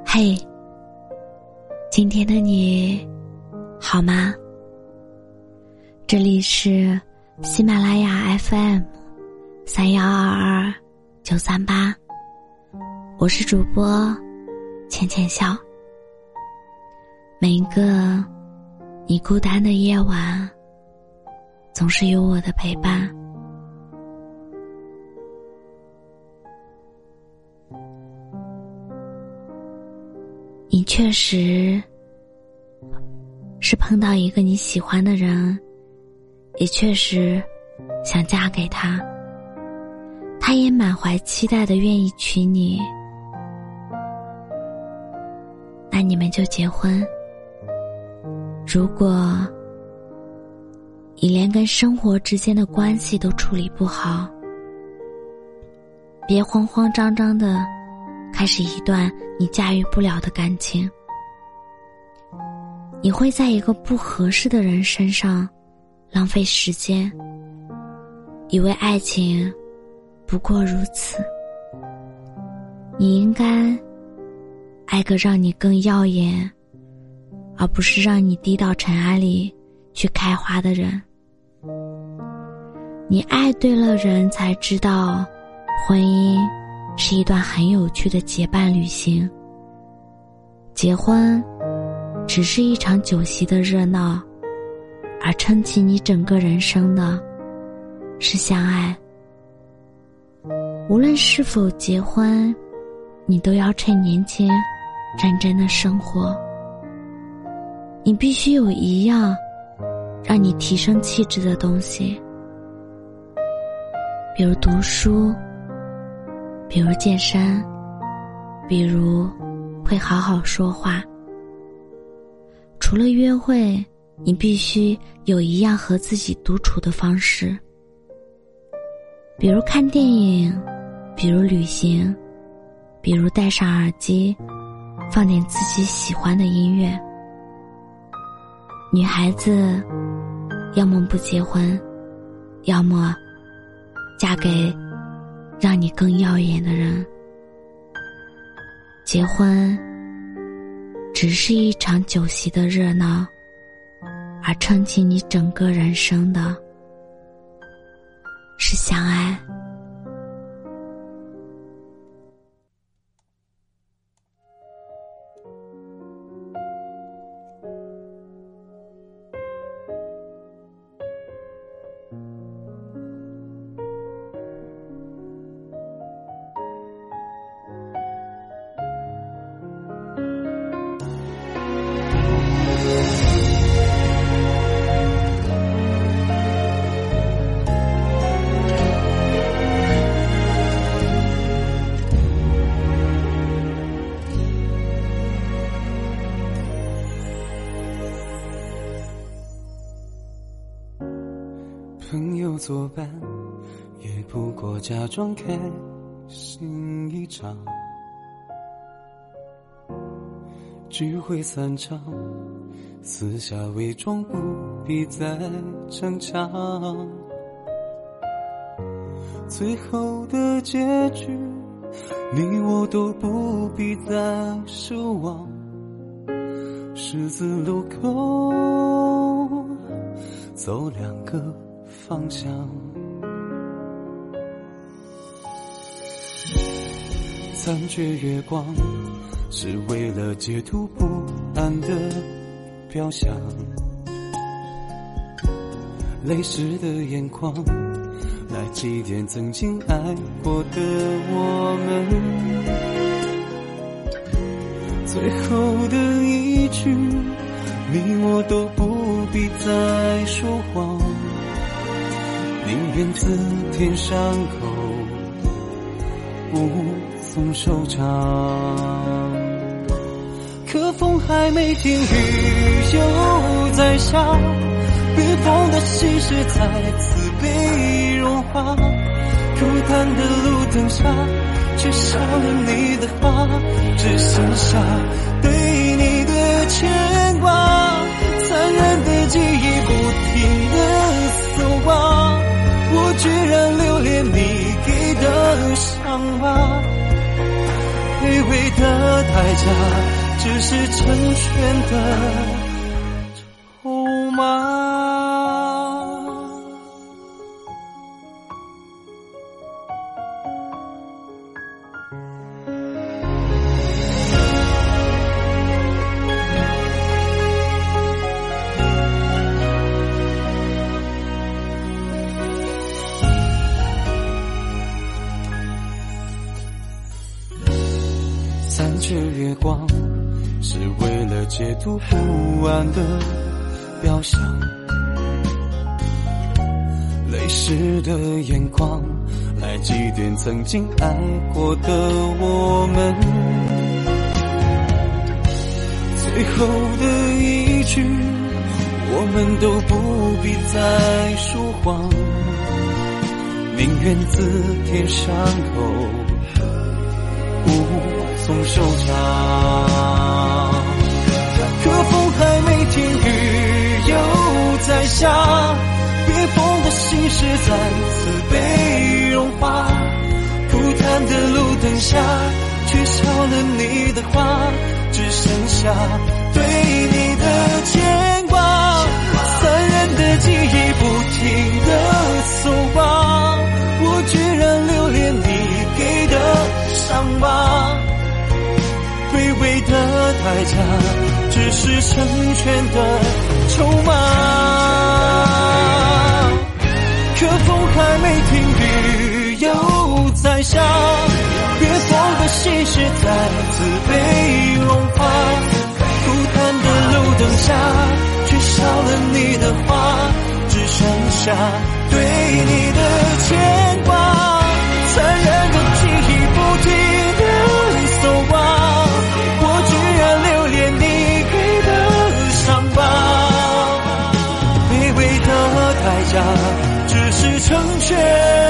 嘿，今天的你好吗？这里是喜马拉雅 FM 3122938，我是主播浅浅笑。每一个你孤单的夜晚，总是有我的陪伴。你确实是碰到一个你喜欢的人，也确实想嫁给他，他也满怀期待的愿意娶你，那你们就结婚。如果你连跟生活之间的关系都处理不好，别慌慌张张的开始一段你驾驭不了的感情，你会在一个不合适的人身上浪费时间，以为爱情不过如此。你应该爱个让你更耀眼，而不是让你低到尘埃里去开花的人。你爱对了人，才知道婚姻是一段很有趣的结伴旅行。结婚只是一场酒席的热闹，而撑起你整个人生的是相爱。无论是否结婚，你都要趁年轻认真的生活。你必须有一样让你提升气质的东西，比如读书，比如健身，比如会好好说话。除了约会，你必须有一样和自己独处的方式，比如看电影，比如旅行，比如戴上耳机，放点自己喜欢的音乐。女孩子要么不结婚，要么嫁给让你更耀眼的人。结婚只是一场酒席的热闹，而撑起你整个人生的是相爱。 朋友作伴，也不过假装开心一场，聚会散场，私下伪装，不必再逞强。最后的结局，你我都不必再奢望。十字路口，走两个方向。残缺月光，是为了解读不安的表象。泪湿的眼眶，来祭奠曾经爱过的我们。最后的一句，你我都不必再说谎。宁愿自舔伤口，无从收场。可风还没停，雨又在下，冰封的心事再次被融化。孤单的路灯下，却少了你的话，只剩下对你的牵挂。残忍的记忆不停地搜刮，我居然留恋你给的伤疤，卑微微的代价，只是成全的筹码。残缺月光，是为了解读不安的表象，泪湿的眼眶，来祭奠曾经爱过的我们。最后的一句，我们都不必再说谎，宁愿自舔伤口，从收场。可风还没停，雨又在下，别风的心事再次被融化。枯淡的路灯下，却少了你的话，只剩下对你的牵挂。残忍的记忆不停地搜拔，我居然留恋你给的伤疤。卑微的代价，只是成全的筹码。可风还没停，雨又在下，别风的心事再次被融化。孤单的路灯下，却少了你的话，只剩下对你的牵挂。残忍的记忆不停地搜刮，只是成全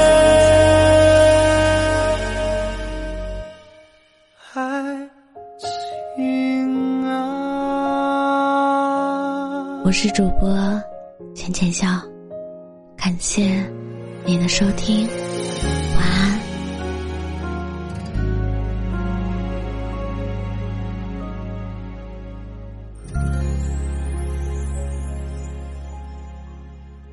爱情啊。 我是主播浅浅笑，感谢你的收听，晚安。